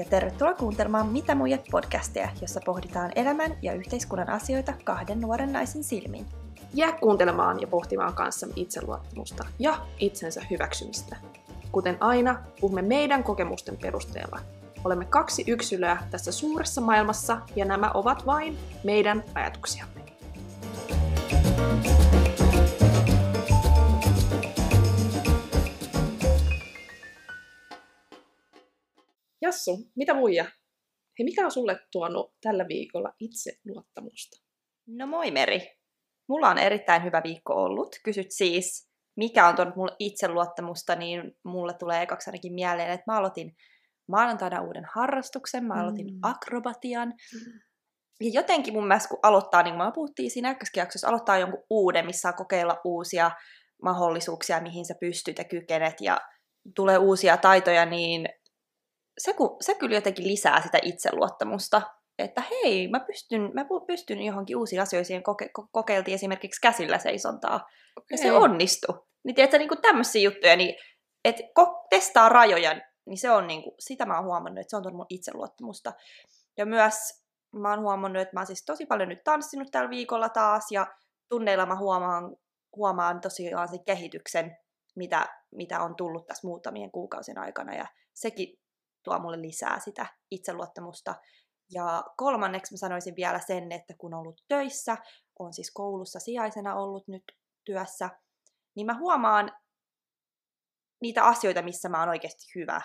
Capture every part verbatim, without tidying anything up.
tervetuloa kuuntelemaan Mitä muijat podcastia, jossa pohditaan elämän ja yhteiskunnan asioita kahden nuoren naisen silmin. Jää kuuntelemaan ja pohtimaan kanssamme itseluottamusta ja itsensä hyväksymistä. Kuten aina, puhumme meidän kokemusten perusteella. Olemme kaksi yksilöä tässä suuressa maailmassa ja nämä ovat vain meidän ajatuksiamme. Jassu, mitä muija? Hei, mikä on sulle tuonut tällä viikolla itseluottamusta? No moi Meri. Mulla on erittäin hyvä viikko ollut. Kysyt siis, mikä on tuonut mulle itseluottamusta, niin mulle tulee ekaksi ainakin mieleen, että mä aloitin maanantaina uuden harrastuksen, mä aloitin mm. akrobatian. Mm. Ja jotenkin mun mielestä, kun aloittaa, niin kuin me puhuttiin siinä äskeiskin jaksossa, aloittaa jonkun uuden, missä saa kokeilla uusia mahdollisuuksia, mihin sä pystyt ja kykenet, ja tulee uusia taitoja, niin se, kun, se kyllä jotenkin lisää sitä itseluottamusta, että hei, mä pystyn, mä pystyn johonkin uusiin asioihin. Koke, kokeiltiin esimerkiksi käsillä seisontaa, okay. Ja se onnistui. Niin tiedätkö, niin tämmöisiä juttuja, niin, että testaa rajoja, niin se on niin kuin, sitä mä oon huomannut, että se on tuonut mun itseluottamusta. Ja myös mä oon huomannut, että mä oon siis tosi paljon nyt tanssinut tällä viikolla taas, ja tunneilla mä huomaan, huomaan tosiaan sen kehityksen, mitä, mitä on tullut tässä muutamien kuukausien aikana, ja sekin tuo mulle lisää sitä itseluottamusta. Ja kolmanneksi mä sanoisin vielä sen, että kun on ollut töissä, on siis koulussa sijaisena ollut nyt työssä, niin mä huomaan niitä asioita, missä mä oon oikeasti hyvä.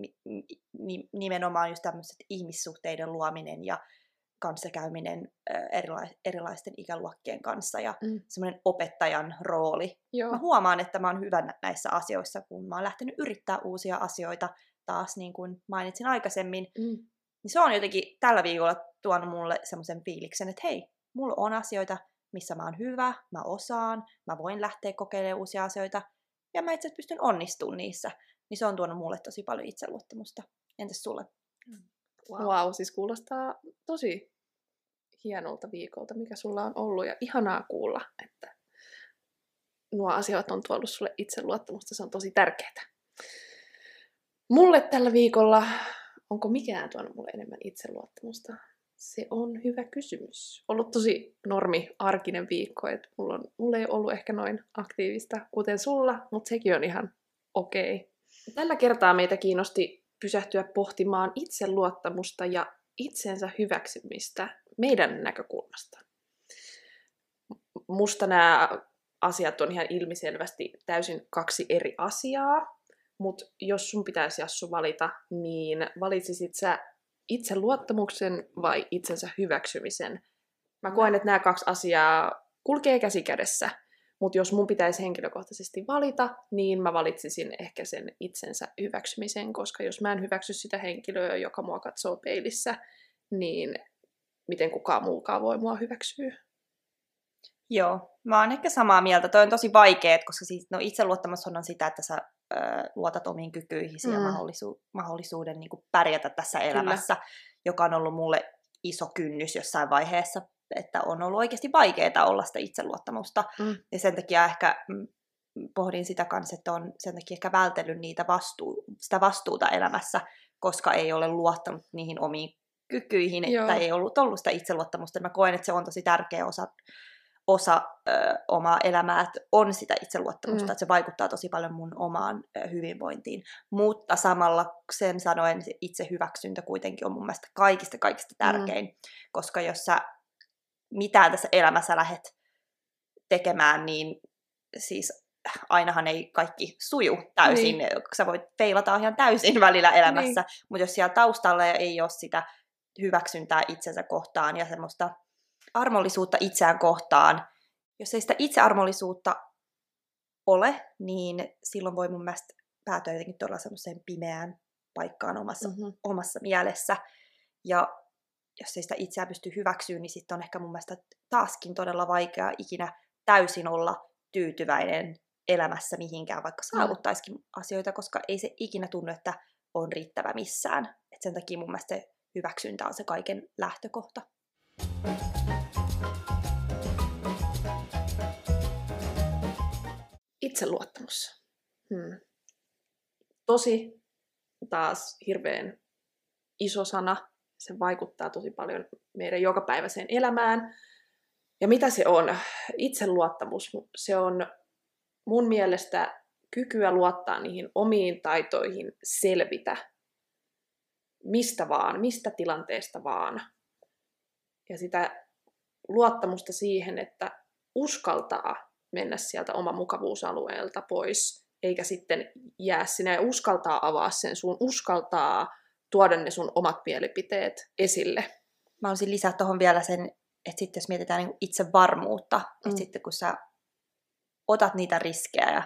Nimenomaan just tämmöiset ihmissuhteiden luominen ja kanssakäyminen erilaisten ikäluokkien kanssa ja mm. semmoinen opettajan rooli. Joo. Mä huomaan, että mä oon hyvä näissä asioissa, kun mä oon lähtenyt yrittää uusia asioita taas, niin kuin mainitsin aikaisemmin. Mm. Niin se on jotenkin tällä viikolla tuonut mulle semmoisen fiiliksen, että hei, mulla on asioita, missä mä oon hyvä, mä osaan, mä voin lähteä kokeilemaan uusia asioita, ja mä itse asiassa pystyn onnistumaan niissä. Niin se on tuonut mulle tosi paljon itseluottamusta. Entäs sulle? Wow, wow siis kuulostaa tosi hienolta viikolta, mikä sulla on ollut, ja ihanaa kuulla, että nuo asiat on tuonut sulle itseluottamusta, se on tosi tärkeää. Mulle tällä viikolla, onko mikään tuonut mulle enemmän itseluottamusta? Se on hyvä kysymys. Ollut tosi normi, arkinen viikko, että mulla, on, mulla ei ollut ehkä noin aktiivista kuten sulla, mutta sekin on ihan okei. Okay. Tällä kertaa meitä kiinnosti pysähtyä pohtimaan itseluottamusta ja itsensä hyväksymistä meidän näkökulmasta. Musta nämä asiat on ihan ilmiselvästi täysin kaksi eri asiaa. Mutta jos sun pitäisi, Jassu, valita, niin valitsisit sä itseluottamuksen vai itsensä hyväksymisen? Mä koen, että nämä kaksi asiaa kulkee käsi kädessä. Mutta jos mun pitäisi henkilökohtaisesti valita, niin mä valitsisin ehkä sen itsensä hyväksymisen, koska jos mä en hyväksy sitä henkilöä, joka mua katsoo peilissä, niin miten kukaan muukaan voi mua hyväksyä? Joo, mä oon ehkä samaa mieltä. Toi on tosi vaikeet, koska siis, no, itseluottamus on sitä, että sä ö, luotat omiin kykyihisi mm. ja mahdollisu- mahdollisuuden niin kuin pärjätä tässä elämässä, Kyllä. joka on ollut mulle iso kynnys jossain vaiheessa, että on ollut oikeasti vaikeaa olla sitä itseluottamusta. Mm. Ja sen takia ehkä mm, pohdin sitä kanssa, että on sen takia ehkä vältellyt niitä vastuu- sitä vastuuta elämässä, koska ei ole luottanut niihin omiin kykyihin, Joo. että ei ollut ollut sitä itseluottamusta. Mä koen, että se on tosi tärkeä osa osa ö, omaa elämää, että on sitä itseluottamusta, mm. että se vaikuttaa tosi paljon mun omaan ö, hyvinvointiin. Mutta samalla sen sanoen se itse hyväksyntä kuitenkin on mun mielestä kaikista kaikista tärkein, mm. koska jos sä mitään tässä elämässä lähdet tekemään, niin siis ainahan ei kaikki suju täysin. Niin. Sä voit feilata ihan täysin välillä elämässä, niin. Mutta jos siellä taustalla ei ole sitä hyväksyntää itsensä kohtaan ja semmoista armollisuutta itseään kohtaan. Jos ei sitä itsearmollisuutta ole, niin silloin voi mun mielestä päätyä jotenkin todella semmoiseen pimeään paikkaan omassa, mm-hmm. omassa mielessä. Ja jos ei sitä itseään pysty hyväksyä, niin sitten on ehkä mun mielestä taaskin todella vaikea ikinä täysin olla tyytyväinen elämässä mihinkään, vaikka saavuttaisikin mm. asioita, koska ei se ikinä tunnu, että on riittävä missään. Et sen takia mun mielestä se hyväksyntä on se kaiken lähtökohta. Itseluottamus. Hmm. Tosi taas hirveän iso sana. Se vaikuttaa tosi paljon meidän jokapäiväiseen elämään. Ja mitä se on? Itseluottamus. Se on mun mielestä kykyä luottaa niihin omiin taitoihin selvitä. Mistä vaan, mistä tilanteesta vaan. Ja sitä luottamusta siihen, että uskaltaa mennä sieltä oman mukavuusalueelta pois, eikä sitten jää sinne ja uskaltaa avaa sen sun, uskaltaa tuoda ne sun omat mielipiteet esille. Mä haluaisin lisätä tuohon vielä sen, että sitten jos mietitään niin itsevarmuutta, mm. että sitten kun sä otat niitä riskejä ja,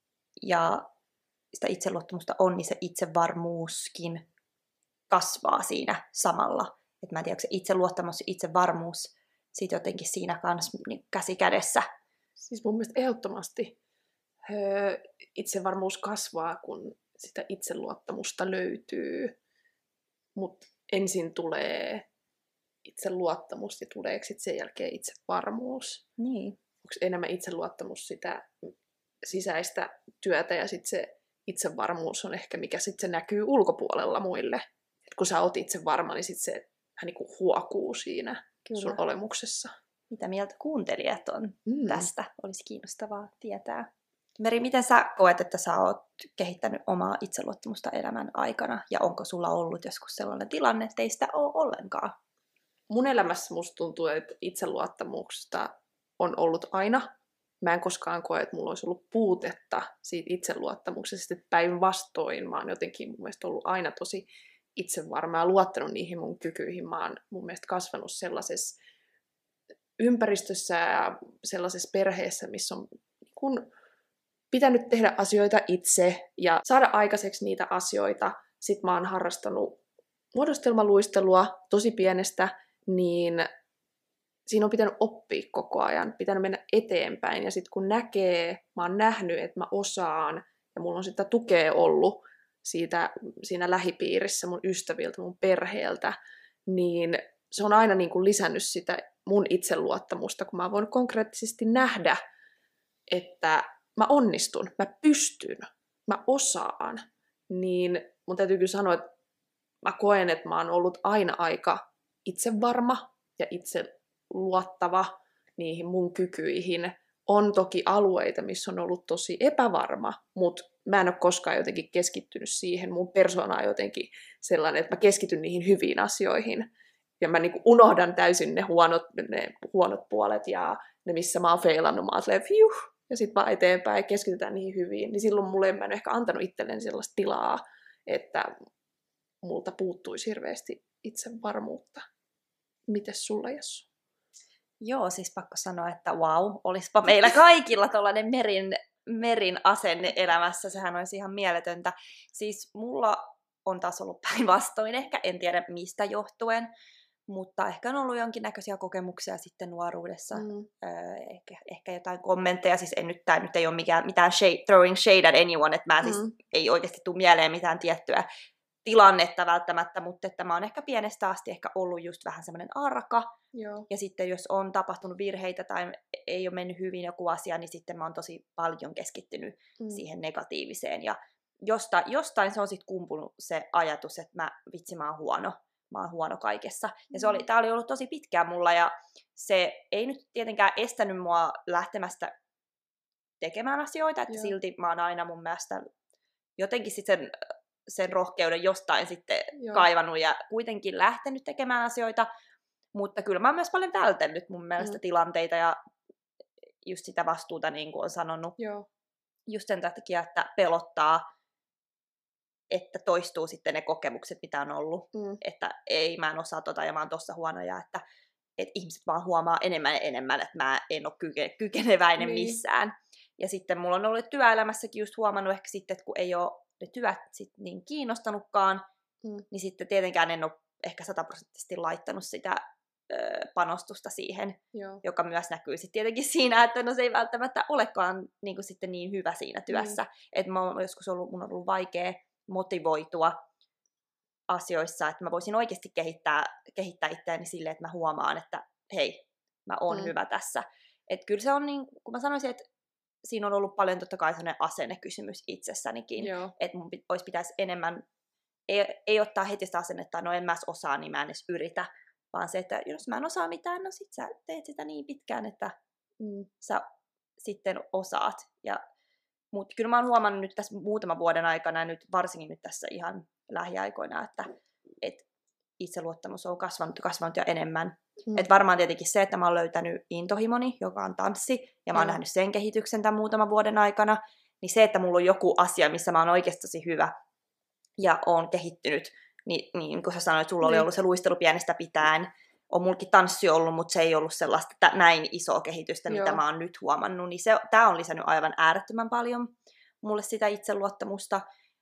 ja sitä itseluottamusta on, niin se itsevarmuuskin kasvaa siinä samalla. Että mä en tiedä, onko se itseluottamus ja itsevarmuus sitten jotenkin siinä kanssa niin käsi kädessä. Siis mun mielestä ehdottomasti öö, itsevarmuus kasvaa, kun sitä itseluottamusta löytyy. Mutta ensin tulee itseluottamus ja tuleeko sitten sen jälkeen itsevarmuus? Niin. Onko enemmän itseluottamus sitä sisäistä työtä ja sitten se itsevarmuus on ehkä mikä sitten se näkyy ulkopuolella muille. Et kun sä oot itse varma, niin sitten se vähän niin kuin huokuu siinä Kyllä. sun olemuksessa. Mitä mieltä kuuntelijat on mm. tästä? Olisi kiinnostavaa tietää. Meri, miten sä koet, että sä oot kehittänyt omaa itseluottamusta elämän aikana? Ja onko sulla ollut joskus sellainen tilanne, että ei sitä ole ollenkaan? Mun elämässä musta tuntuu, että itseluottamuksesta on ollut aina. Mä en koskaan koe, että mulla olisi ollut puutetta siitä itseluottamuksesta. Päinvastoin mä oon jotenkin mun mielestä ollut aina tosi itsevarma ja luottanut niihin mun kykyihin. Mä oon mun mielestä kasvanut sellaisessa ympäristössä ja sellaisessa perheessä, missä on kun pitänyt tehdä asioita itse ja saada aikaiseksi niitä asioita. Sitten mä oon harrastanut muodostelmaluistelua tosi pienestä, niin siinä on pitänyt oppia koko ajan, pitänyt mennä eteenpäin. Ja sitten kun näkee, mä oon nähnyt, että mä osaan, ja mulla on sitä tukea ollut siitä, siinä lähipiirissä mun ystäviltä, mun perheeltä, niin se on aina niin kuin lisännyt sitä mun itseluottamusta, kun mä oon voinut konkreettisesti nähdä, että mä onnistun, mä pystyn, mä osaan. Niin mun täytyy kyllä sanoa, että mä koen, että mä oon ollut aina aika itsevarma ja itse luottava niihin mun kykyihin. On toki alueita, missä on ollut tosi epävarma, mutta mä en ole koskaan jotenkin keskittynyt siihen. Mun persoona on jotenkin sellainen, että mä keskityn niihin hyviin asioihin. Ja mä niinku unohdan täysin ne huonot, ne huonot puolet ja ne, missä mä oon feilannut. Mä oon fiuh, ja sit vaan eteenpäin ja keskitytään niihin hyviin. Niin silloin mulle en mä en ehkä antanut itselleni sellaista tilaa, että multa puuttuisi hirveästi itsevarmuutta. Mites sulla, Jessu? Joo, siis pakko sanoa, että wow, olispa meillä kaikilla tuollainen merin, merin asenne elämässä. Sehän olisi ihan mieletöntä. Siis mulla on taas ollut päinvastoin ehkä, en tiedä mistä johtuen, mutta ehkä on ollut jonkinnäköisiä kokemuksia sitten nuoruudessa. Mm. Öö, ehkä, ehkä jotain kommentteja, siis en nyt, tää nyt ei ole mikään, mitään shade, throwing shade at anyone, että mä mm. siis ei oikeasti tule mieleen mitään tiettyä tilannetta välttämättä, mutta että mä oon ehkä pienestä asti ehkä ollut just vähän semmoinen arka. Joo. Ja sitten jos on tapahtunut virheitä tai ei ole mennyt hyvin joku asia, niin sitten mä oon tosi paljon keskittynyt mm. siihen negatiiviseen. Ja josta, jostain se on sitten kumpunut se ajatus, että mä, vitsi mä oon huono. Mä oon huono kaikessa. Ja se oli, tää oli ollut tosi pitkään mulla ja se ei nyt tietenkään estänyt mua lähtemästä tekemään asioita, että Joo. silti mä oon aina mun mielestä jotenkin sit sen sen rohkeuden jostain sitten Joo. kaivannut ja kuitenkin lähtenyt tekemään asioita, mutta kyllä mä oon myös paljon vältellyt mun mielestä mm. tilanteita ja just sitä vastuuta, niin kuin on sanonut. Joo. Just sen takia, että pelottaa, että toistuu sitten ne kokemukset, mitä on ollut. Mm. Että ei, mä en osaa tota ja mä oon tossa huonoja, että, että ihmiset vaan huomaa enemmän ja enemmän, että mä en ole kyke, kykeneväinen niin. missään. Ja sitten mulla on ollut työelämässäkin just huomannut ehkä sitten, että kun ei ole ne työt sit niin kiinnostanutkaan, mm. niin sitten tietenkään en ole ehkä sataprosenttisesti laittanut sitä ö, panostusta siihen, Joo. joka myös näkyy sitten tietenkin siinä, että no se ei välttämättä olekaan niin kuin sitten niin hyvä siinä työssä. Mm. Että mä oon joskus ollut, mun on ollut vaikea motivoitua asioissa, että mä voisin oikeasti kehittää, kehittää itseäni silleen, että mä huomaan, että hei, mä oon mm. hyvä tässä. Että kyllä se on niin, kun mä sanoisin, että siinä on ollut paljon totta kai sellainen asennekysymys itsessänikin, että mun olisi pitäisi enemmän ei, ei ottaa heti sitä asennetta, no en mä osaa, niin mä en edes yritä. Vaan se, että jos mä en osaa mitään, no sit sä teet sitä niin pitkään, että mm. sä sitten osaat. Ja, mutta kyllä mä oon huomannut nyt tässä muutaman vuoden aikana, ja nyt varsinkin nyt tässä ihan lähiaikoina, että et itseluottamus on kasvanut, kasvanut jo enemmän. Mm. Et varmaan tietenkin se, että mä oon löytänyt intohimoni, joka on tanssi, ja mä oon mm. nähnyt sen kehityksen tämän muutaman vuoden aikana, niin se, että mulla on joku asia, missä mä oon oikeasti tosi hyvä, ja oon kehittynyt, niin, niin kun sä sanoit, että sulla oli ollut se luistelu pienestä pitäen, on mulkin tanssi ollut, mutta se ei ollut sellaista että näin isoa kehitystä, Joo. mitä mä oon nyt huomannut, niin se, tää on lisännyt aivan äärettömän paljon mulle sitä itseluottamusta,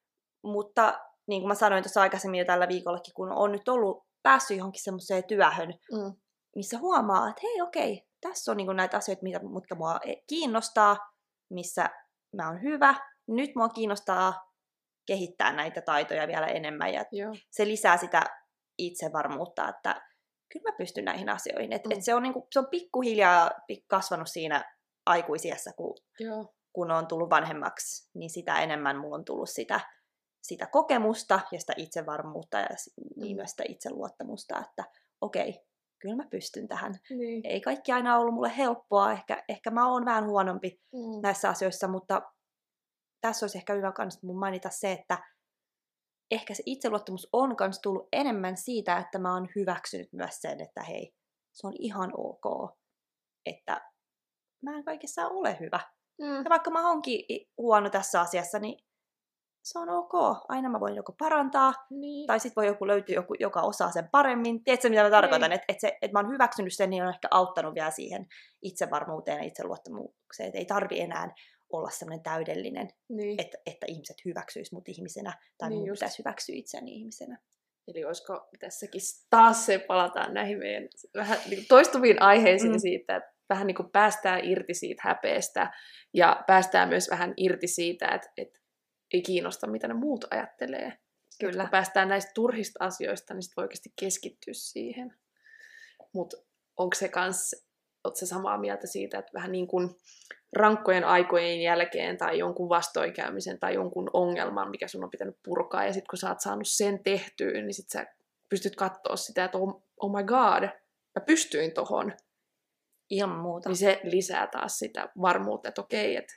mutta niin kuin mä sanoin tuossa aikaisemmin jo tällä viikollakin, kun on nyt ollut päässyt johonkin semmoiseen työhön, mm. missä huomaa, että hei okei, tässä on niin kuin näitä asioita, mitä, mitkä mua kiinnostaa, missä mä oon hyvä, nyt mua kiinnostaa kehittää näitä taitoja vielä enemmän, ja Joo. se lisää sitä itsevarmuutta, että kyllä mä pystyn näihin asioihin. Et, mm. et se, on niinku, se on pikkuhiljaa kasvanut siinä aikuisiässä, kun, kun on tullut vanhemmaksi, niin sitä enemmän mulla on tullut sitä, sitä kokemusta ja sitä itsevarmuutta ja niin myös sitä itseluottamusta, että okei, kyllä mä pystyn tähän. Niin. Ei kaikki aina ollut mulle helppoa, ehkä, ehkä mä oon vähän huonompi mm. näissä asioissa, mutta tässä olisi ehkä hyvä kans mun mainita se, että ehkä se itseluottamus on kans tullut enemmän siitä, että mä oon hyväksynyt myös sen, että hei, se on ihan ok, että mä en kaikessa ole hyvä. Mm. Ja vaikka mä oonkin huono tässä asiassa, niin se on ok. Aina mä voin joko parantaa, niin. tai sit voi joku löytyä, joku, joka osaa sen paremmin. Tiedätkö, mitä mä tarkoitan? Että et et mä oon hyväksynyt sen, niin on ehkä auttanut vielä siihen itsevarmuuteen ja itseluottamukseen. Että ei tarvi enää olla semmoinen täydellinen, niin. että, että ihmiset hyväksyis mut ihmisenä, tai niin mun just. Pitäisi hyväksyä itseäni ihmisenä. Eli olisiko tässäkin taas se, palataan näihin meidän vähän niin toistuviin aiheisiin mm. siitä, että vähän niin kuin päästään irti siitä häpeestä, ja päästään myös vähän irti siitä, että, että ei kiinnosta, mitä ne muut ajattelee. Kyllä. Kun päästään näistä turhista asioista, niin sit voi oikeasti keskittyä siihen. Mutta onko se kans, ootko sä samaa mieltä siitä, että vähän niin kuin rankkojen aikojen jälkeen tai jonkun vastoinkäymisen tai jonkun ongelman, mikä sun on pitänyt purkaa, ja sitten kun sä oot saanut sen tehtyä, niin sit sä pystyt katsoa sitä, että oh, oh my god, mä pystyin tohon. Ilman muuta. Niin se lisää taas sitä varmuutta, että okei, että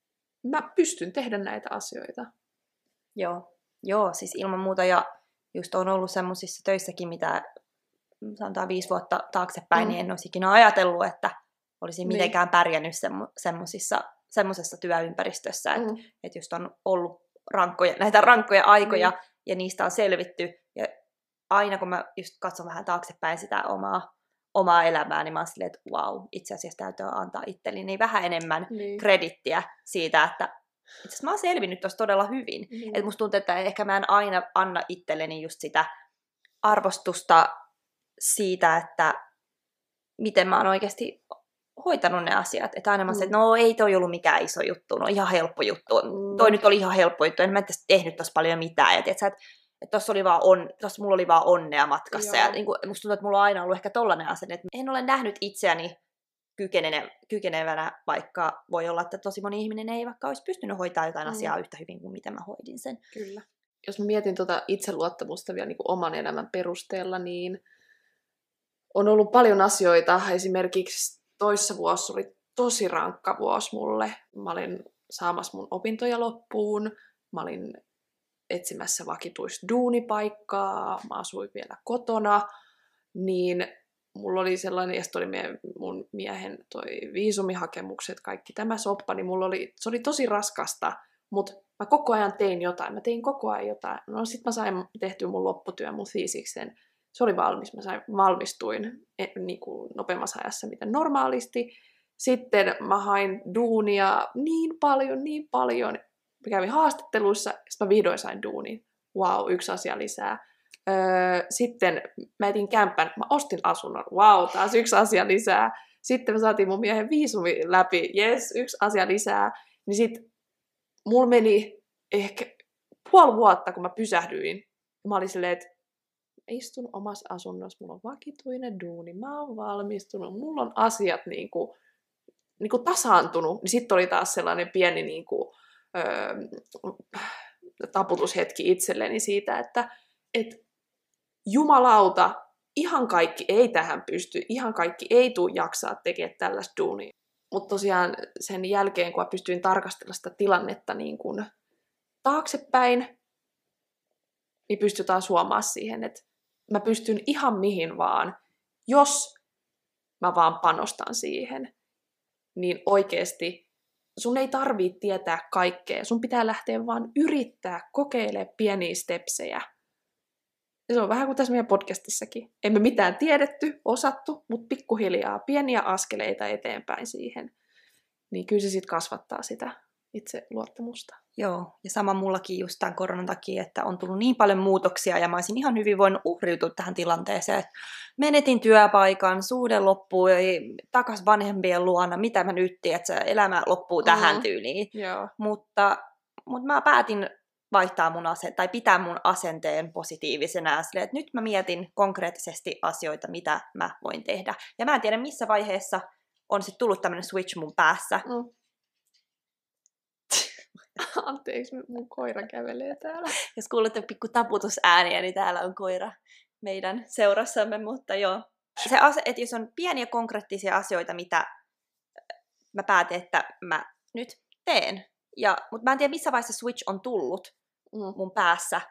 mä pystyn tehdä näitä asioita. Joo, Joo siis ilman muuta, ja just on ollut semmoisissa töissäkin, mitä sanotaan viisi vuotta taaksepäin, mm. niin en olisi ikinä ajatellut, että olisin niin. mitenkään pärjännyt semmo- semmoisissa, semmoisessa työympäristössä, että mm. et just on ollut rankkoja, näitä rankkoja aikoja, niin. ja niistä on selvitty, ja aina kun mä just katson vähän taaksepäin sitä omaa, omaa elämää, niin mä oon silleen, että wow, itse asiassa täytyy antaa itselleni vähän enemmän niin. kredittiä siitä, että itse asiassa mä oon selvinnyt tossa todella hyvin. Niin. Että musta tuntuu, että ehkä mä en aina anna itselleni just sitä arvostusta siitä, että miten mä oon oikeasti hoitanut ne asiat. Että aina mä sanoin, että no ei toi ollut mikään iso juttu, no ihan helppo juttu. Mm. Toi nyt oli ihan helppo juttu, en mä tästä tehnyt tossa paljon mitään. Ja tiiätkö, että että tossa oli vaan on, tossa mulla oli vaan onnea matkassa. Joo. Ja niin kuin, musta tuntuu, että mulla on aina ollut ehkä tollainen asenne, että en ole nähnyt itseäni kykenevänä, vaikka voi olla, että tosi moni ihminen ei vaikka olisi pystynyt hoitaa jotain mm. asiaa yhtä hyvin kuin miten mä hoidin sen. Kyllä. Jos mä mietin tuota itseluottamusta vielä niin kuin oman elämän perusteella, niin on ollut paljon asioita. Esimerkiksi toissa vuosi oli tosi rankka vuosi mulle. Mä olin saamassa mun opintoja loppuun. Mä olin etsimässä vakituista duunipaikkaa. Mä asuin vielä kotona. Niin mulla oli sellainen, ja sitten oli mun miehen toi viisumihakemukset, kaikki tämä soppa, niin mulla oli, se oli tosi raskasta, mutta mä koko ajan tein jotain. Mä tein koko ajan jotain. No sit mä sain tehtyä mun lopputyön, mun fiisiksen. Se oli valmis. Mä sain, valmistuin niin kuin nopeammassa ajassa, mitä normaalisti. Sitten mä hain duunia niin paljon, niin paljon. Mä kävin haastatteluissa, ja sitten mä vihdoin sain duunin. Wow, yksi asia lisää. Öö, sitten mä etin kämppän, mä ostin asunnon. Wow, taas yksi asia lisää. Sitten me saatiin mun miehen viisumi läpi. Jes, yksi asia lisää. Niin sit mulla meni ehkä puoli vuotta, kun mä pysähdyin. Mä olin silleen, että istun omassa asunnossa, mulla on vakituinen duuni, mä oon valmistunut, mulla on asiat niinku, niinku tasaantunut. Niin sitten oli taas sellainen pieni niinku, öö, taputushetki itselleni siitä, että et, jumalauta, ihan kaikki ei tähän pysty, ihan kaikki ei tule jaksaa tekemään tällaista duunia. Mutta tosiaan sen jälkeen, kun pystyin tarkastella sitä tilannetta niin kuin taaksepäin, niin pystytään suomaamaan siihen, että mä pystyn ihan mihin vaan, jos mä vaan panostan siihen, niin oikeasti sun ei tarvitse tietää kaikkea. Sun pitää lähteä vaan yrittää kokeilemaan pieniä stepsejä. Ja se on vähän kuin tässä meidän podcastissakin. Emme mitään tiedetty, osattu, mutta pikkuhiljaa pieniä askeleita eteenpäin siihen. Niin kyllä se sitten kasvattaa sitä itseluottamusta. Joo, ja sama mullakin just tämän koronan takia, että on tullut niin paljon muutoksia ja mä olisin ihan hyvin voinut uhriutua tähän tilanteeseen, että menetin työpaikan, suhde loppuu, takas vanhempien luona, mitä mä nyt teen, että se elämä loppuu tähän mm. tyyliin. Joo. Mutta, mutta mä päätin vaihtaa mun asenteen, tai pitää mun asenteen positiivisena, silleen, että nyt mä mietin konkreettisesti asioita, mitä mä voin tehdä. Ja mä en tiedä, missä vaiheessa on sitten tullut tämmöinen switch mun päässä. Mm. Anteeksi, mun koira kävelee täällä. Jos kuulette pikku taputusääniä, niin täällä on koira meidän seurassamme, mutta joo. Se ase, että jos on pieniä konkreettisia asioita, mitä mä päätin, että mä nyt teen. Ja, mutta mä en tiedä, missä vaiheessa switch on tullut mm. mun päässä.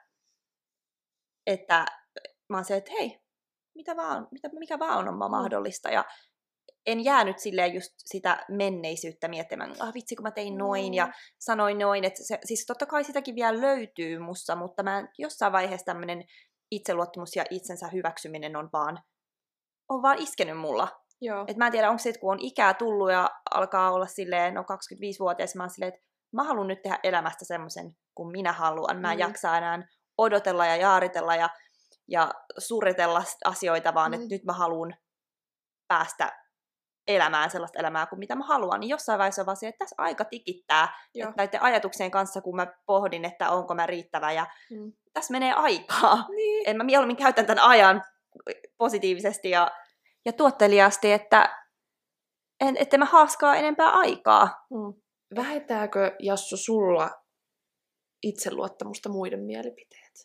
Että mä oon se, että hei, mitä vaan, mitä, mikä vaan on mm. mahdollista. Ja en jäänyt silleen just sitä menneisyyttä miettimään, ah vitsi kun mä tein noin mm. ja sanoin noin, että se, siis totta kai sitäkin vielä löytyy mussa, mutta mä jossain vaiheessa tämmönen itseluottamus ja itsensä hyväksyminen on vaan, on vaan iskenyt mulla. Joo. Et mä en tiedä, onko se, että kun on ikää tullut ja alkaa olla silleen, no kaksikymmentäviisivuotias, mä oon silleen, että mä haluan nyt tehdä elämästä semmoisen, kun minä haluan. Mä en mm. jaksa enää odotella ja jaaritella ja, ja suritella asioita, vaan mm. että nyt mä haluan päästä elämään sellaista elämää kuin mitä mä haluan, niin jossain vaiheessa on vaan se, että tässä aika tikittää. Että näiden ajatuksien kanssa, kun mä pohdin, että onko mä riittävä, ja mm. tässä menee aikaa. Niin. En mä mieluummin käytän tämän ajan positiivisesti ja, ja tuotteliaasti, että en, että mä haaskaa enempää aikaa. Mm. Vähentääkö, Jassu, sulla itseluottamusta muiden mielipiteet?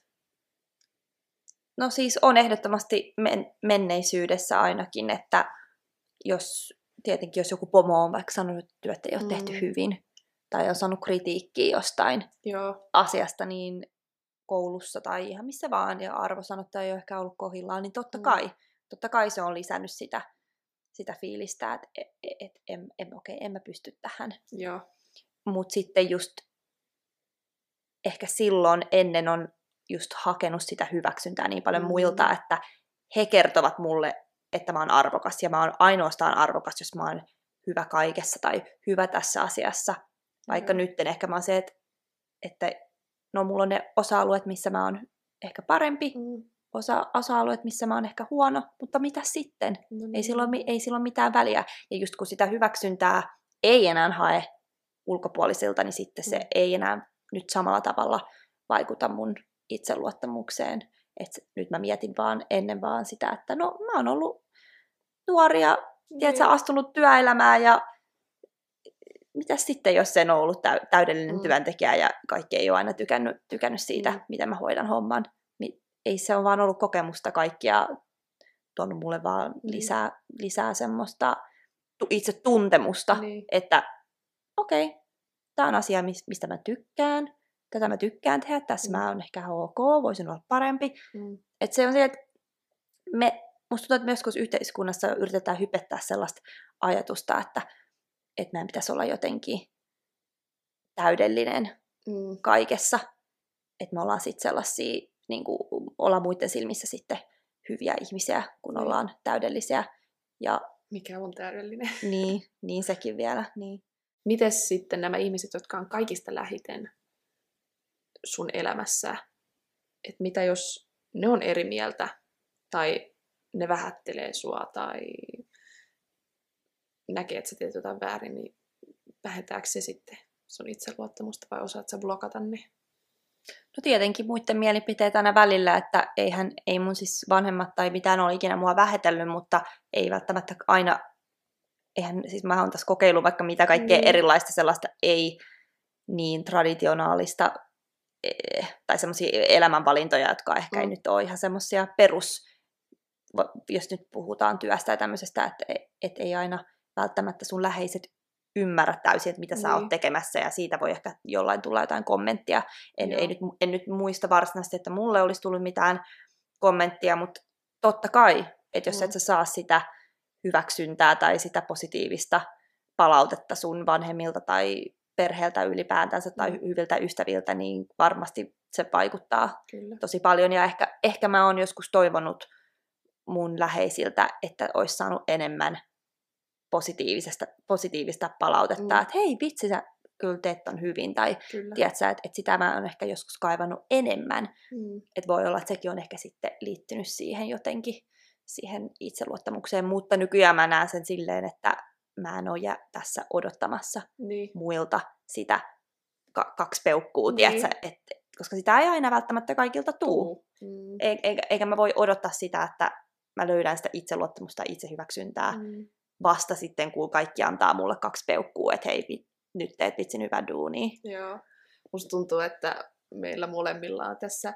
No siis on ehdottomasti men- menneisyydessä ainakin, että jos tietenkin jos joku pomo on vaikka sanonut, että työt ei ole tehty mm. hyvin, tai on saanut kritiikkiä jostain Joo. asiasta, niin koulussa tai ihan missä vaan, ja arvosanot ei ole ehkä ollut kohdillaan, niin totta mm. kai, totta kai se on lisännyt sitä, sitä fiilistä, että et, et, en, en, okei, en mä pysty tähän. Mutta sitten just ehkä silloin ennen on just hakenut sitä hyväksyntää niin paljon mm. muilta, että he kertovat mulle, että mä oon arvokas, ja mä oon ainoastaan arvokas, jos mä oon hyvä kaikessa tai hyvä tässä asiassa. Vaikka mm. nyt ehkä mä oon se, että, että no mulla on ne osa-alueet, missä mä oon ehkä parempi, mm. osa, osa-alueet, missä mä oon ehkä huono, mutta mitä sitten? Mm. Ei, silloin, ei silloin mitään väliä. Ja just kun sitä hyväksyntää ei enää hae ulkopuolisilta, niin sitten se mm. ei enää nyt samalla tavalla vaikuta mun itseluottamukseen. Et nyt mä mietin vaan ennen vaan sitä, että no mä oon ollut nuori ja tiedätkö, astunut työelämään ja mitä sitten, jos en ole ollut täydellinen mm. työntekijä ja kaikki ei ole aina tykännyt, tykännyt siitä, mm. miten mä hoidan homman. Ei se ole vaan ollut kokemusta kaikkia, tuonut mulle vaan mm. lisää, lisää semmoista itse tuntemusta, niin. Että okei, okay, tämä on asia, mistä mä tykkään, tätä mä tykkään tehdä, tässä mm. mä oon ehkä ok, voisin olla parempi. Mm. Että se on se, että me, musta tuntuu, että me joskus yhteiskunnassa yritetään hypettää sellaista ajatusta, että, että meidän pitäisi olla jotenkin täydellinen mm. kaikessa. Että me ollaan sitten sellaisia, niin kuin ollaan muiden silmissä sitten hyviä ihmisiä, kun mm. ollaan täydellisiä. Ja, mikä on täydellinen? Niin, niin sekin vielä. Niin. Mites sitten nämä ihmiset, jotka on kaikista lähiten sun elämässä, että mitä jos ne on eri mieltä, tai ne vähättelee sua, tai näkee, että sä teet jotain väärin, niin vähentääkö se sitten sun itseluottamusta, vai osaat sä blokata ne? No tietenkin muiden mielipiteet aina välillä, että eihän, ei mun siis vanhemmat tai mitään ole ikinä mua vähetellyt, mutta ei välttämättä aina, eihän, siis mä oon tässä kokeillut vaikka mitä kaikkea mm. erilaista sellaista ei niin traditionaalista tai semmoisia elämänvalintoja, jotka ehkä mm. ei nyt ole ihan semmoisia perus, jos nyt puhutaan työstä ja tämmöisestä, että et ei aina välttämättä sun läheiset ymmärrä täysin, että mitä niin. sä oot tekemässä, ja siitä voi ehkä jollain tulla jotain kommenttia. En, ei nyt, en nyt muista varsinaisesti, että mulle olisi tullut mitään kommenttia, mutta totta kai, että jos mm. et sä saa sitä hyväksyntää tai sitä positiivista palautetta sun vanhemmilta tai perheeltä ylipäätänsä tai mm. hyviltä ystäviltä, niin varmasti se vaikuttaa Kyllä. tosi paljon. Ja ehkä, ehkä mä oon joskus toivonut mun läheisiltä, että olisi saanut enemmän positiivista, positiivista palautetta, mm. että hei vitsi, sä kyllä teet ton hyvin, tai tiedätkö, että, että sitä mä oon ehkä joskus kaivannut enemmän. Mm. Että voi olla, että sekin on ehkä sitten liittynyt siihen jotenkin, siihen itseluottamukseen, mutta nykyään mä näen sen silleen, että mä en ole jää tässä odottamassa niin. muilta sitä ka- kaksi peukkuu, niin. tiedätkö, että, koska sitä ei aina välttämättä kaikilta tuu. Mm. E- eikä, eikä mä voi odottaa sitä, että mä löydän sitä itseluottamusta ja itsehyväksyntää mm. vasta sitten, kun kaikki antaa mulle kaksi peukkuu, että hei, nyt teet vitsin hyvää duunia. Joo. Musta tuntuu, että meillä molemmilla on tässä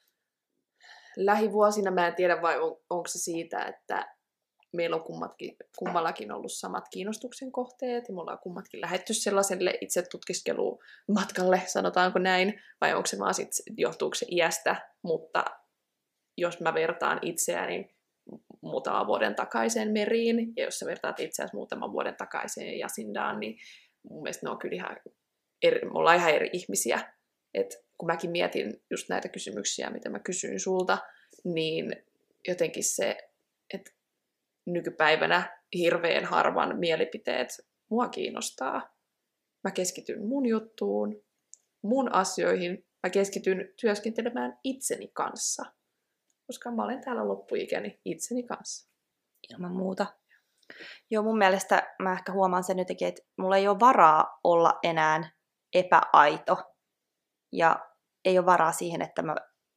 lähivuosina, mä en tiedä vai on, onko se siitä, että meillä on kummatkin, kummallakin ollut samat kiinnostuksen kohteet, ja me ollaan kummatkin lähdetty sellaiselle itse tutkiskelumatkalle, sanotaanko näin, vai onko se vaan sit, johtuuko se iästä, mutta jos mä vertaan itseäni muutaman vuoden takaiseen Meriin, ja jos sä vertaat itseäsi muutaman vuoden takaiseen Jasindaan, niin mun mielestä ne on kyllä ihan eri, me ollaan ihan eri ihmisiä. Et kun mäkin mietin just näitä kysymyksiä, mitä mä kysyin sulta, niin jotenkin se, että nykypäivänä hirveän harvan mielipiteet mua kiinnostaa. Mä keskityn mun juttuun, mun asioihin, mä keskityn työskentelemään itseni kanssa. Koska mä olen täällä loppuikäni itseni kanssa. Ilman muuta. Joo, mun mielestä mä ehkä huomaan sen jotenkin, että mulla ei ole varaa olla enää epäaito. Ja ei ole varaa siihen, että mä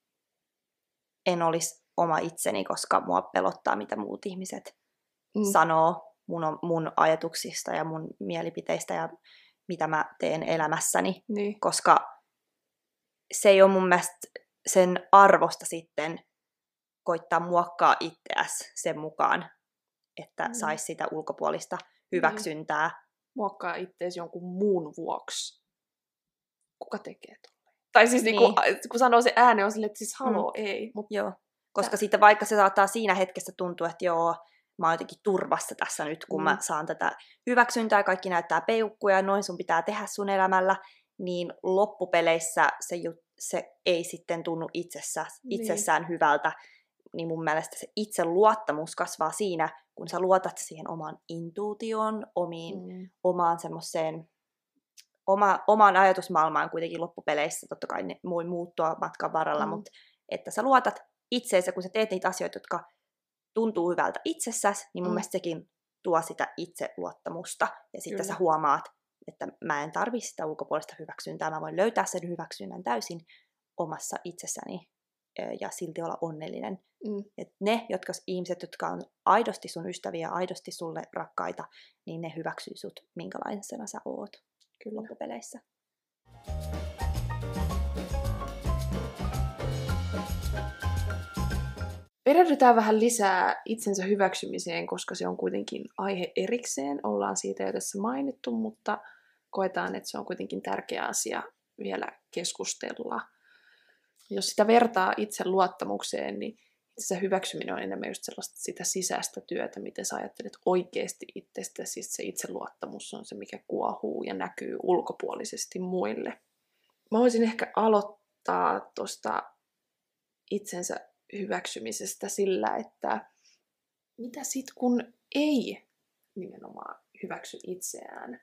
en olisi oma itseni, koska mua pelottaa, mitä muut ihmiset mm. sanoo mun, mun ajatuksista ja mun mielipiteistä ja mitä mä teen elämässäni. Niin. Koska se ei ole mun mielestä sen arvosta sitten koittaa muokkaa itseäsi sen mukaan, että mm. saisi sitä ulkopuolista hyväksyntää. Mm. Muokkaa itseäsi jonkun muun vuoksi. Kuka tekee tuolla? Tai siis niin. Niin kun, kun sanoo se ääne, on silleen, että siis haloo, mm. ei. Mut joo, koska tää... siitä vaikka se saattaa siinä hetkessä tuntua, että joo, mä oon jotenkin turvassa tässä nyt, kun mm. mä saan tätä hyväksyntää, kaikki näyttää peukkuja, noin sun pitää tehdä sun elämällä, niin loppupeleissä se, se ei sitten tunnu itsessään, niin. itsessään hyvältä. Niin mun mielestä se itseluottamus kasvaa siinä, kun sä luotat siihen omaan intuutioon, omiin, mm. omaan semmoiseen, oma, omaan ajatusmaailmaan kuitenkin loppupeleissä. Totta kai ne voi muuttua matkan varrella, mm. mutta että sä luotat itseesi, kun sä teet niitä asioita, jotka tuntuu hyvältä itsessäsi, niin mun mm. mielestä sekin tuo sitä itseluottamusta. Ja sitten Kyllä. sä huomaat, että mä en tarvi sitä ulkopuolista hyväksyntää, mä voin löytää sen hyväksynnän täysin omassa itsessäni ja silti olla onnellinen. Mm. Et ne jotka, ihmiset, jotka on aidosti sun ystäviä, aidosti sulle rakkaita, niin ne hyväksyy sut, minkälaisena sä oot Kyllä. loppupeleissä. Perehdytään vähän lisää itsensä hyväksymiseen, koska se on kuitenkin aihe erikseen. Ollaan siitä jo tässä mainittu, mutta koetaan, että se on kuitenkin tärkeä asia vielä keskustella. Jos sitä vertaa itseluottamukseen, niin itsensä hyväksyminen on enemmän just sellaista sitä sisäistä työtä, miten sä ajattelet oikeasti itsestä. Siis se itseluottamus on se, mikä kuohuu ja näkyy ulkopuolisesti muille. Mä voisin ehkä aloittaa tuosta itsensä hyväksymisestä sillä, että mitä sit kun ei nimenomaan hyväksy itseään.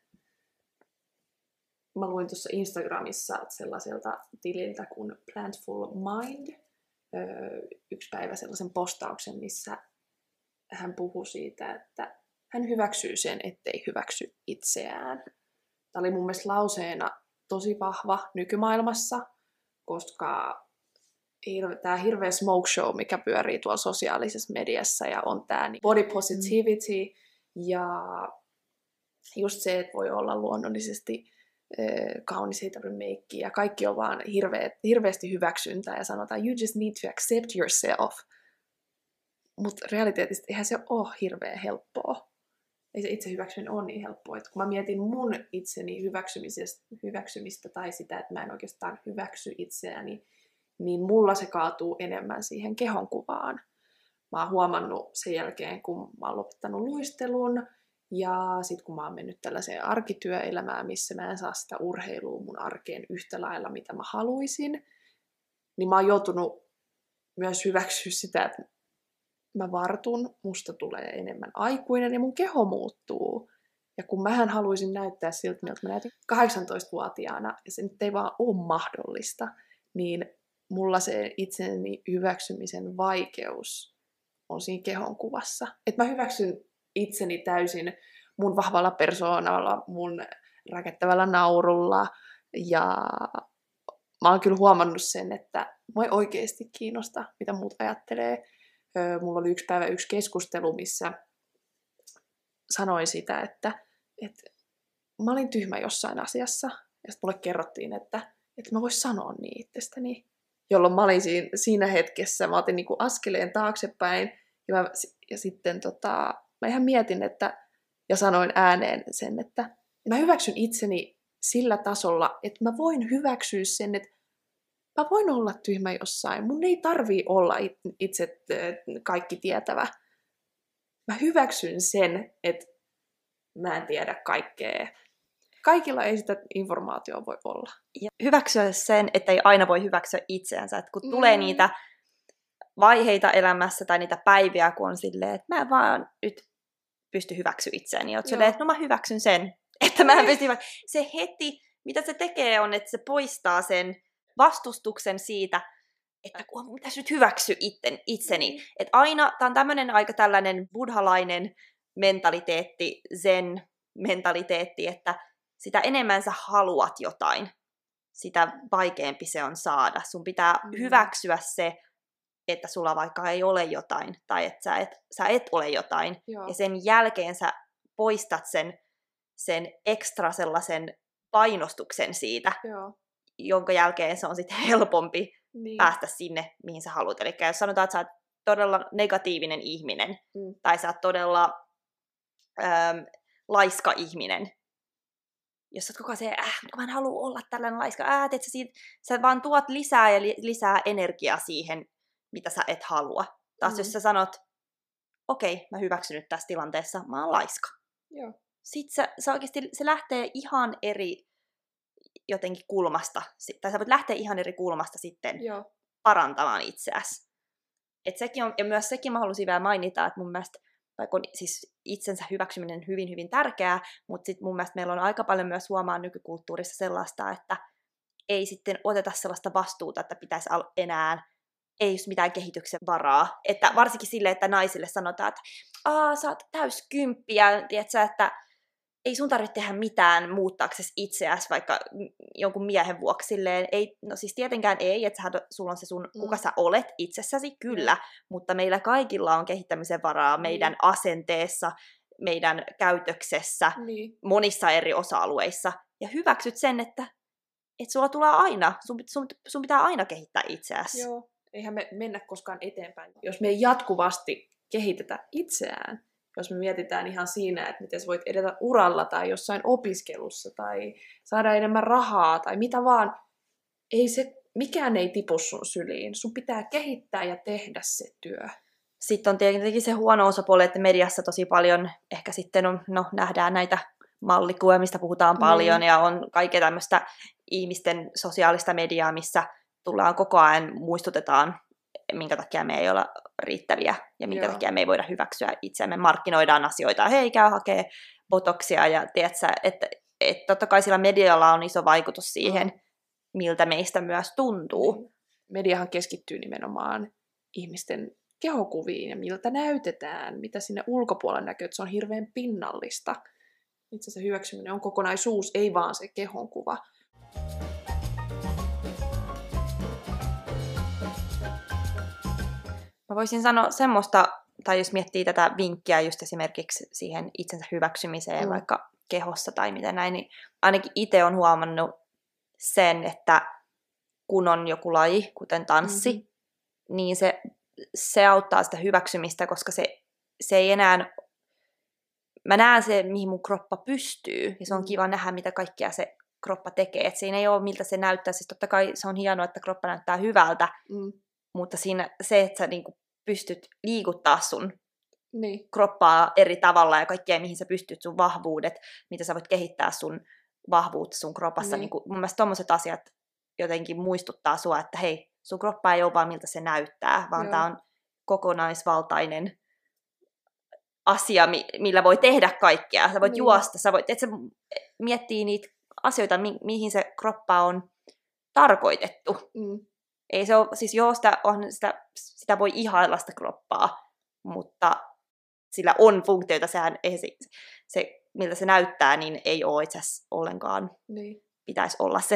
Mä luin tuossa Instagramissa sellaiselta tililtä kuin Plantful Mind yksi päivä sellaisen postauksen, missä hän puhui siitä, että hän hyväksyy sen, ettei hyväksy itseään. Tämä oli mun mielestä lauseena tosi vahva nykymaailmassa, koska tämä hirveä smoke show, mikä pyörii tuolla sosiaalisessa mediassa ja on tämä body positivity mm. ja just se, että voi olla luonnollisesti kaunis, ei tarvitse meikkiä, ja kaikki on vaan hirveä, hirveästi hyväksyntää, ja sanotaan, you just need to accept yourself. Mutta realiteetisesti eihän se ole hirveän helppoa. Ei se itse hyväksyminen ole niin helppoa. Et kun mä mietin mun itseni hyväksymistä tai sitä, että mä en oikeastaan hyväksy itseäni, niin mulla se kaatuu enemmän siihen kehonkuvaan. Mä oon huomannut sen jälkeen, kun mä oon lopettanut luistelun, ja sitten kun mä oon mennyt tällaiseen arkityöelämään, missä mä en saa sitä urheilua mun arkeen yhtä lailla, mitä mä haluaisin, niin mä oon joutunut myös hyväksyä sitä, että mä vartun, musta tulee enemmän aikuinen ja mun keho muuttuu. Ja kun mähän haluaisin näyttää siltä, miltä mä näytin kahdeksantoistavuotiaana, ja se nyt ei vaan ole mahdollista, niin mulla se itseni hyväksymisen vaikeus on siinä kehonkuvassa. Että mä hyväksyn itseni täysin mun vahvalla persoonalla, mun räkettävällä naurulla, ja mä oon kyllä huomannut sen, että mua ei oikeasti kiinnosta, mitä muut ajattelee. Mulla oli yksi päivä yksi keskustelu, missä sanoin sitä, että, että mä olin tyhmä jossain asiassa. Ja sitten mulle kerrottiin, että, että mä vois sanoa niin itsestäni. Jolloin mä olin siinä, siinä hetkessä, mä otin niinku askeleen taaksepäin. Ja, mä, ja sitten tota, mä ihan mietin, että, ja sanoin ääneen sen, että mä hyväksyn itseni sillä tasolla, että mä voin hyväksyä sen, että mä voin olla tyhmä jossain. Mun ei tarvii olla itse kaikki tietävä. Mä hyväksyn sen, että mä en tiedä kaikkea. Kaikilla ei sitä informaatiota voi olla. Ja hyväksyä sen, että ei aina voi hyväksyä itseänsä. Että kun mm. tulee niitä vaiheita elämässä tai niitä päiviä, kun on silleen, että mä en vaan nyt pysty hyväksyä itseäni. Oot silleen, että no mä hyväksyn sen, että mä en pysty hyväksymään. Se heti, mitä se tekee, on, että se poistaa sen vastustuksen siitä, että kun mun pitäisi nyt hyväksyä itten, itseni. Mm. Että aina, tää on tämmönen aika tällainen buddhalainen mentaliteetti, zen mentaliteetti, että sitä enemmän sä haluat jotain, sitä vaikeampi se on saada. Sun pitää mm. hyväksyä se, että sulla vaikka ei ole jotain, tai että sä et, sä et ole jotain. Joo. Ja sen jälkeen sä poistat sen, sen ekstra sellaisen painostuksen siitä, joo, jonka jälkeen se on sitten helpompi niin päästä sinne, mihin sä haluat. Eli jos sanotaan, että sä oot todella negatiivinen ihminen, mm. tai sä oot todella äm, laiska ihminen, jos sä oot koko ajan se, äh, mä en halua olla tällainen laiska, äh, että sä, siitä, sä vaan tuot lisää ja li, lisää energiaa siihen, mitä sä et halua. Taas mm. jos sä sanot, okei, okay, mä hyväksyn nyt tässä tilanteessa, mä oon laiska. Joo. Sitten sä, sä oikeasti, se lähtee ihan eri jotenkin kulmasta, tai sä voit lähteä ihan eri kulmasta sitten Joo. parantamaan itseäsi. Et sekin on, ja myös sekin mä halusin vielä mainita, että mun mielestä, vaikka on siis itsensä hyväksyminen hyvin, hyvin tärkeää, mutta sitten mun mielestä meillä on aika paljon myös huomaa nykykulttuurissa sellaista, että ei sitten oteta sellaista vastuuta, että pitäisi enää, ei just mitään kehityksen varaa. Että varsinkin sille, että naisille sanotaan, että Aa, sä oot täyskymppiä, tiedätkö, että ei sun tarvitse tehdä mitään muuttaaksesi itseäsi vaikka jonkun miehen vuoksi. Silleen, ei, no siis tietenkään ei, että sä, sulla on se sun, mm. kuka sä olet itsessäsi, kyllä, mm. mutta meillä kaikilla on kehittämisen varaa mm. meidän asenteessa, meidän käytöksessä, mm. monissa eri osa-alueissa. Ja hyväksyt sen, että, että sulla tulee aina, sun, sun, sun pitää aina kehittää itseäsi. Joo, eihän me mennä koskaan eteenpäin, jos me ei jatkuvasti kehitetä itseään. Jos me mietitään ihan siinä, että miten sä voit edetä uralla tai jossain opiskelussa tai saada enemmän rahaa tai mitä vaan, ei se, mikään ei tipu sun syliin. Sun pitää kehittää ja tehdä se työ. Sitten on tietenkin se huono osapuoli, että mediassa tosi paljon ehkä sitten on, no, nähdään näitä mallikuvia, mistä puhutaan paljon mm. ja on kaikkea tämmöistä ihmisten sosiaalista mediaa, missä tullaan koko ajan, muistutetaan, minkä takia me ei olla riittäviä ja minkä Joo. takia me ei voida hyväksyä itseämme. Markkinoidaan asioita, hei, käy hakee botoksia ja tiedätkö, että, että totta kai sillä medialla on iso vaikutus siihen, mm. miltä meistä myös tuntuu. Mediahan keskittyy nimenomaan ihmisten kehokuviin ja miltä näytetään, mitä sinne ulkopuolella näkyy, että se on hirveän pinnallista. Itse asiassa hyväksyminen on kokonaisuus, ei vaan se kehonkuva. Mä voisin sanoa semmoista, tai jos miettii tätä vinkkiä just esimerkiksi siihen itsensä hyväksymiseen, mm. vaikka kehossa tai mitä näin, niin ainakin itse on huomannut sen, että kun on joku laji, kuten tanssi, mm-hmm. niin se, se auttaa sitä hyväksymistä, koska se, se ei enää... Mä näen se, mihin mun kroppa pystyy, ja se on mm. kiva nähdä, mitä kaikkea se kroppa tekee. Et siinä ei ole, miltä se näyttää. Siis totta kai se on hienoa, että kroppa näyttää hyvältä, mm. mutta siinä se, että sä niinku pystyt liikuttaa sun niin. kroppaa eri tavalla ja kaikkea, mihin sä pystyt, sun vahvuudet, mitä sä voit kehittää sun vahvuutta sun kropassa. Niin. Niin mun mielestä tommoset asiat jotenkin muistuttaa sua, että hei, sun kroppa ei ole vaan miltä se näyttää, vaan tää on kokonaisvaltainen asia, millä voi tehdä kaikkea. Sä voit niin. juosta, sä voit, et sä miettii niitä asioita, mi- mihin se kroppa on tarkoitettu. Mm. Ei se ole, siis joo, sitä, on, sitä, sitä voi ihailla sitä kroppaa, mutta sillä on funktioita, sehän ei se, se, miltä se näyttää, niin ei ole itse asiassa ollenkaan. Niin. Pitäisi olla se,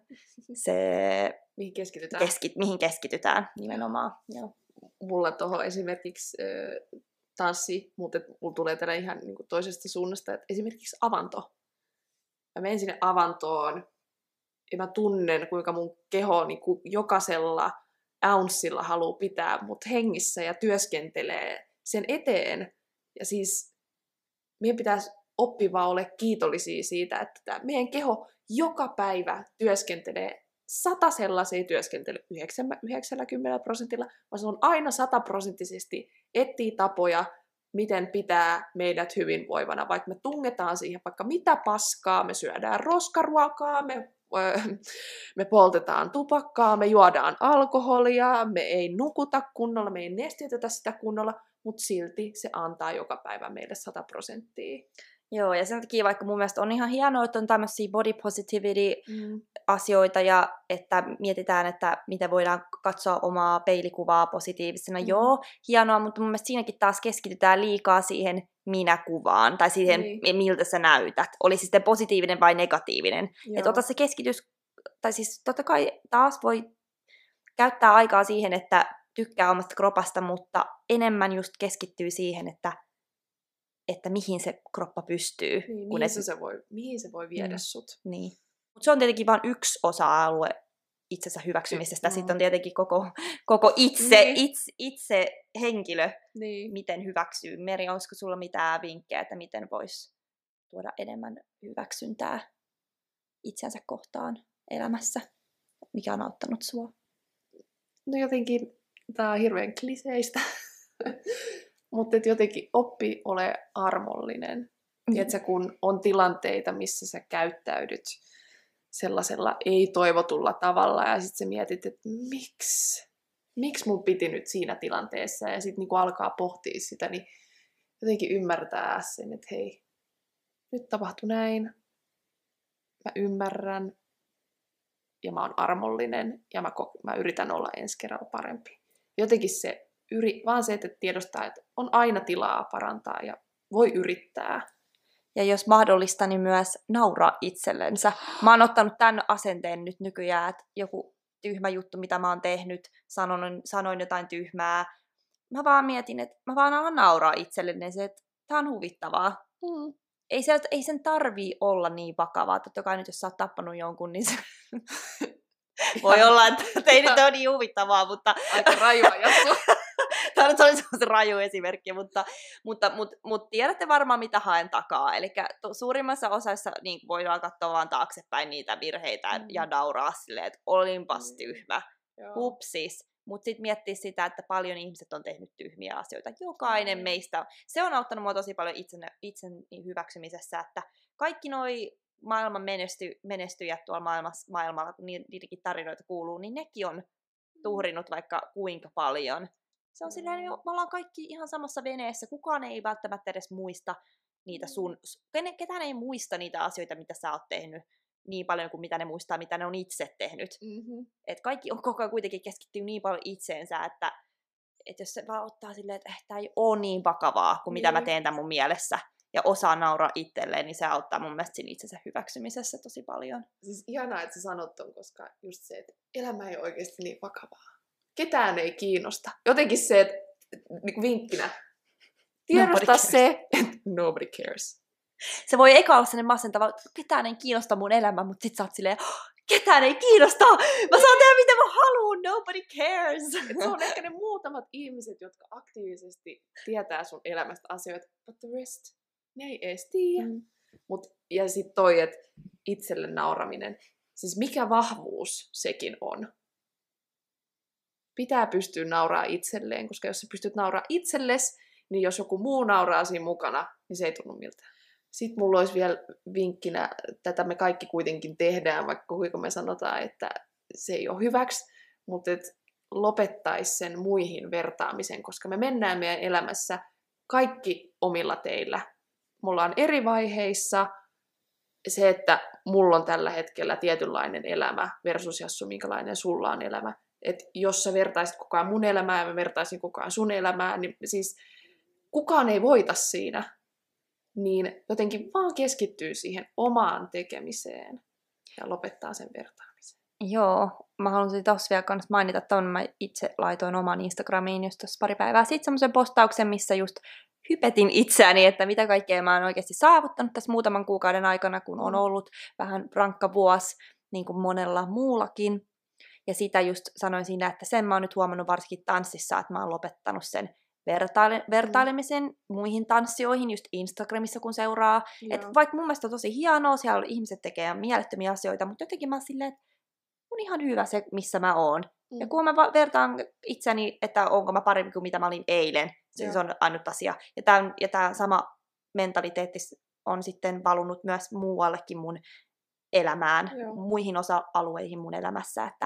se mihin keskitytään. Keski, mihin keskitytään nimenomaan. Joo. Mulla tuohon esimerkiksi äh, tanssi, mutta mulla tulee tällä ihan niin kuin toisesta suunnasta, että esimerkiksi avanto. Mä menen sinne avantoon ja mä tunnen, kuinka mun keho niin kuin jokaisella ounssilla haluaa pitää mut hengissä ja työskentelee sen eteen. Ja siis meidän pitäisi oppivaa ole kiitollisia siitä, että tämä meidän keho joka päivä työskentelee. Satasella se ei työskentele yhdeksänkymmentä prosentilla, vaan se on aina sataprosenttisesti etsii tapoja, miten pitää meidät hyvinvoivana. Vaikka me tungetaan siihen vaikka mitä paskaa, me syödään roskaruokaa, me, öö, me poltetaan tupakkaa, me juodaan alkoholia, me ei nukuta kunnolla, me ei nesteytetä sitä kunnolla, mutta silti se antaa joka päivä meille sata prosenttia. Joo, ja sen takia vaikka mun mielestä on ihan hienoa, että on tämmöisiä body positivity-asioita, mm. ja että mietitään, että miten voidaan katsoa omaa peilikuvaa positiivisena. Mm. Joo, hienoa, mutta mun mielestä siinäkin taas keskitytään liikaa siihen minäkuvaan, tai siihen, niin. miltä sä näytät. Oli se sitten positiivinen vai negatiivinen. Että ota se keskitys, tai siis totta kai taas voi käyttää aikaa siihen, että tykkää omasta kropasta, mutta enemmän just keskittyy siihen, että että mihin se kroppa pystyy. Niin, mihin, et... se voi, mihin se voi viedä mm. sut. Niin. Mutta se on tietenkin vain yksi osa-alue itsensä hyväksymisestä. Mm. Sitten on tietenkin koko, koko itse, niin. itse, itse henkilö, niin. miten hyväksyy. Meri, olisiko sulla mitään vinkkejä, että miten voisi tuoda enemmän hyväksyntää itsensä kohtaan elämässä? Mikä on auttanut sua? No jotenkin, tää on hirveän kliseistä. Mutta jotenkin oppi ole armollinen. Mm-hmm. Tiedätkö, kun on tilanteita, missä sä käyttäydyt sellaisella ei-toivotulla tavalla, ja sitten sä mietit, että miksi? Miksi mun piti nyt siinä tilanteessa? Ja sitten niinku alkaa pohtia sitä, niin jotenkin ymmärtää sen, että hei, nyt tapahtui näin. Mä ymmärrän, ja mä oon armollinen, ja mä, mä yritän olla ensi kerralla parempi. Jotenkin se Yri, vaan se, että tiedostaa, että on aina tilaa parantaa ja voi yrittää. Ja jos mahdollista, niin myös nauraa itsellensä. Mä oon ottanut tämän asenteen nyt nykyään, että joku tyhmä juttu, mitä mä oon tehnyt, sanoin, sanoin jotain tyhmää. Mä vaan mietin, että mä vaan alan nauraa itselleni se, että tää on huvittavaa. Mm. Ei, se, ei sen tarvii olla niin vakavaa. Totta kai nyt, jos sä oot tappanut jonkun, niin se... voi olla, että ei nyt ole niin huvittavaa, mutta... Aika rajua jassu. Tämä on sellainen raju esimerkki, mutta, mutta, mutta, mutta tiedätte varmaan, mitä haen takaa. Eli suurimmassa osassa niin voidaan katsoa vaan taaksepäin niitä virheitä mm. ja nauraa silleen, että olinpas tyhmä. Mm. Hupsis. Mutta sitten miettiä sitä, että paljon ihmiset on tehnyt tyhmiä asioita. Jokainen mm. meistä. Se on auttanut mua tosi paljon itsen, itsen hyväksymisessä, että kaikki noi maailman menesty, menestyjät tuolla maailmassa, maailmalla, kun niidenkin tarinoita kuuluu, niin nekin on tuhrinut vaikka kuinka paljon. Se on silleen, me ollaan kaikki ihan samassa veneessä. Kukaan ei välttämättä edes muista niitä sun... Ketään ei muista niitä asioita, mitä sä oot tehnyt niin paljon kuin mitä ne muistaa, mitä ne on itse tehnyt. Mm-hmm. Et kaikki on koko ajan kuitenkin keskittyy niin paljon itseensä, että et jos se vaan ottaa silleen, että eh, tää ei ole niin vakavaa kuin mitä niin. mä teen tämän mun mielessä ja osaa nauraa itselleen, niin se auttaa mun mielestä siinä itsensä hyväksymisessä tosi paljon. Siis ihanaa, että sä sanot ton, koska just se, että elämä ei oikeasti niin vakavaa. Ketään ei kiinnosta. Jotenkin se, että niin vinkkinä, tiedosta se, että nobody cares. Se voi eka olla sellainen masentava, ketään ei kiinnosta mun elämä, mutta sit sä oot silleen, oh, ketään ei kiinnosta, mä saan tehdä mitä mä haluun, nobody cares. Et se on ehkä ne muutamat ihmiset, jotka aktiivisesti tietää sun elämästä asioita, but the rest, ne ei edes tiedä. Mm. Mut, ja sit toi, että itselle nauraminen, siis mikä vahvuus sekin on. Pitää pystyä nauraa itselleen, koska jos sä pystyt nauraa itsellesi, niin jos joku muu nauraa siinä mukana, niin se ei tunnu miltään. Sitten mulla olisi vielä vinkkinä, tätä me kaikki kuitenkin tehdään, vaikka kuinka me sanotaan, että se ei ole hyväksi, mutta et lopettaisi sen muihin vertaamisen, koska me mennään meidän elämässä kaikki omilla teillä. Mulla on eri vaiheissa se, että mulla on tällä hetkellä tietynlainen elämä versus Jassu, minkälainen sulla on elämä. Että jos sä vertaisit koko ajan mun elämää ja mä vertaisin koko ajan sun elämää, niin siis kukaan ei voita siinä. Niin jotenkin vaan keskittyy siihen omaan tekemiseen ja lopettaa sen vertaamisen. Joo, mä haluaisin tossa vielä kans mainita, että mä itse laitoin oman Instagramiin just tossa pari päivää sitten semmoisen postauksen, missä just hypetin itseäni, että mitä kaikkea mä oon oikeasti saavuttanut tässä muutaman kuukauden aikana, kun on ollut vähän rankka vuosi, niin kuin monella muullakin. Ja sitä just sanoin siinä, että sen mä oon nyt huomannut varsinkin tanssissa, että mä oon lopettanut sen vertaile- vertailemisen mm. muihin tanssijoihin, just Instagramissa kun seuraa. Että vaikka mun mielestä on tosi hienoa, siellä ihmiset tekee mielettömiä asioita, mutta jotenkin mä oon silleen, että on ihan hyvä se, missä mä oon. Mm. Ja kun mä vertaan itseni, että onko mä parempi kuin mitä mä olin eilen, se on ainut asia. Ja tää, ja tää sama mentaliteetti on sitten valunut myös muuallekin mun elämään, Joo. muihin osa-alueihin mun elämässä, että,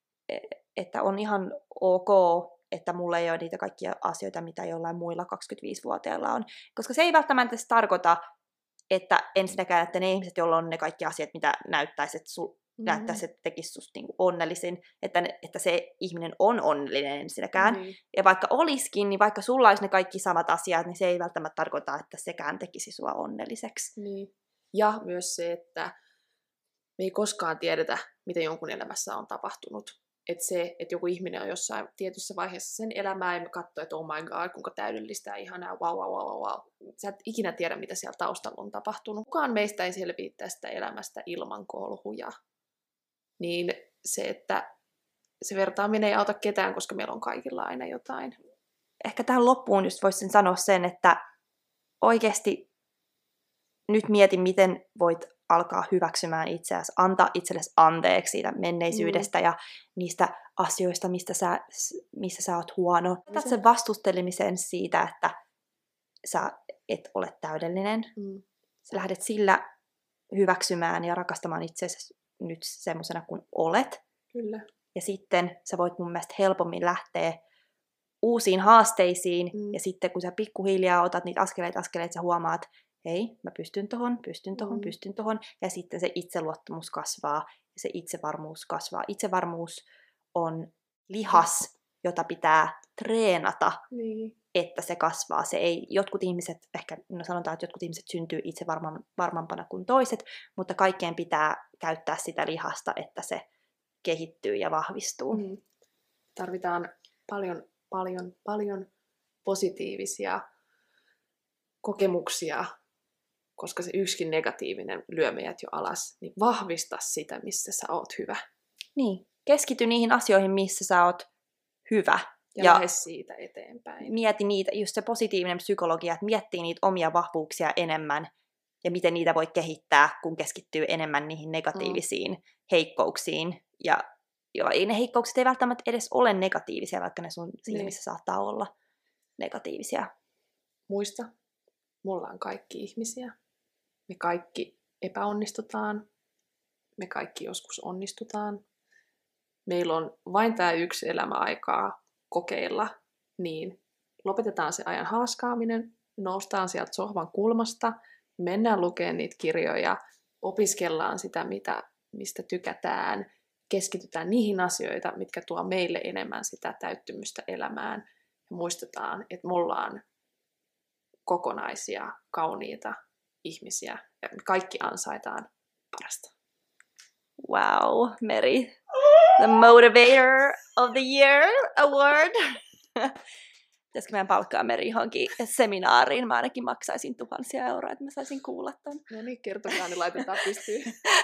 että on ihan ok, että mulla ei ole niitä kaikkia asioita, mitä jollain muilla kaksikymmentäviisivuotiailla on. Koska se ei välttämättä tarkoita, että ensinnäkään, että ne ihmiset, joilla on ne kaikki asiat, mitä näyttäisi, että, sul, mm-hmm. näyttäisi, että tekisi susta niinku onnellisin, että, ne, että se ihminen on onnellinen ensinnäkään. Mm-hmm. Ja vaikka olisikin, niin vaikka sulla olisi ne kaikki samat asiat, niin se ei välttämättä tarkoita, että sekään tekisi sua onnelliseksi. Niin. Ja myös se, että me ei koskaan tiedetä, mitä jonkun elämässä on tapahtunut. Että se, että joku ihminen on jossain tietyssä vaiheessa sen elämää, ja me katsoo, että oh my god, kuinka täydellistä ja ihanaa, wow, wow, wow, wow. Sä et ikinä tiedä, mitä siellä taustalla on tapahtunut. Kukaan meistä ei selviä tästä elämästä ilman kolhuja. Niin se, että se vertaaminen ei auta ketään, koska meillä on kaikilla aina jotain. Ehkä tähän loppuun just voisin sanoa sen, että oikeasti nyt mietin, miten voit alkaa hyväksymään itseäsi, antaa itsellesi anteeksi siitä menneisyydestä mm. ja niistä asioista, mistä sä, missä sä oot huono. Jätät sen vastustelemisen siitä, että sä et ole täydellinen. Mm. Sä lähdet sillä hyväksymään ja rakastamaan itseäsi nyt semmosena kuin olet. Kyllä. Ja sitten sä voit mun mielestä helpommin lähteä uusiin haasteisiin. Mm. Ja sitten kun sä pikkuhiljaa otat niitä askeleita askeleita, sä huomaat, hei, mä pystyn tohon, pystyn tohon, mm. pystyn tohon. Ja sitten se itseluottamus kasvaa ja se itsevarmuus kasvaa. Itsevarmuus on lihas, jota pitää treenata, niin. että se kasvaa. Se ei, jotkut ihmiset, ehkä no sanotaan, että jotkut ihmiset syntyy itsevarmampana kuin toiset, mutta kaikkeen pitää käyttää sitä lihasta, että se kehittyy ja vahvistuu. Mm. Tarvitaan paljon, paljon, paljon positiivisia kokemuksia, koska se yksikin negatiivinen lyö meidät jo alas, niin vahvista sitä, missä sä oot hyvä. Niin, keskity niihin asioihin, missä sä oot hyvä. Ja, ja lähde siitä eteenpäin. Mieti niitä, just se positiivinen psykologia, että miettii niitä omia vahvuuksia enemmän, ja miten niitä voi kehittää, kun keskittyy enemmän niihin negatiivisiin mm. heikkouksiin. Ja jo, ei ne heikkoukset ei välttämättä edes ole negatiivisia, vaikka ne sun silmissä niin. saattaa olla negatiivisia. Muista, mulla on kaikki ihmisiä. Me kaikki epäonnistutaan. Me kaikki joskus onnistutaan. Meillä on vain tämä yksi elämäaikaa kokeilla, niin lopetetaan se ajan haaskaaminen, noustaan sieltä sohvan kulmasta, mennään lukemaan niitä kirjoja, opiskellaan sitä, mitä, mistä tykätään, keskitytään niihin asioita, mitkä tuo meille enemmän sitä täyttymystä elämään. Ja muistetaan, että me ollaan kokonaisia, kauniita ihmisiä ja kaikki ansaitaan parasta. Wow, Meri. The Motivator of the Year Award. Pitäisikö meidän palkkaa Meri johonkin seminaariin? Mä ainakin maksaisin tuhansia euroa, että mä saisin kuulla ton. No niin, kertokaa, niin laitetaan pystyyn.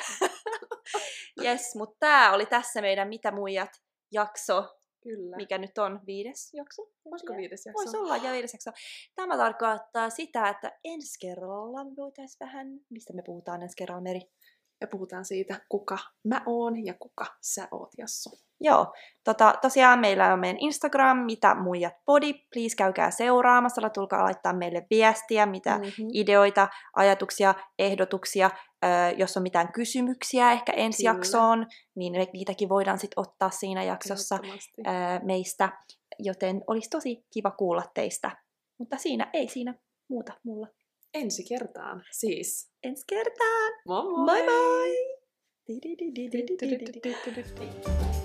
Jes, mutta tää oli tässä meidän Mitä muijat jakso. Kyllä. Mikä nyt on viides jakso? Olisiko viides jakso? Voisi olla ja viides jakso. Tämä tarkoittaa sitä, että ensi kerralla voitaisiin vähän... Mistä me puhutaan ensi kerralla, Meri? Ja puhutaan siitä, kuka mä oon ja kuka sä oot, Jassu. Joo. Tota, tosiaan meillä on meidän Instagram, Mitä muijat podi. Please käykää seuraamassa. Tulkaa laittaa meille viestiä, mitä mm-hmm. ideoita, ajatuksia, ehdotuksia. Öö, jos on mitään kysymyksiä ehkä ensi Kyllä. jaksoon, niin niitäkin voidaan sitten ottaa siinä jaksossa öö, meistä. Joten olisi tosi kiva kuulla teistä. Mutta siinä ei siinä muuta mulla. Ensi kertaan siis. Ensi kertaan! Moi moi! Moi moi!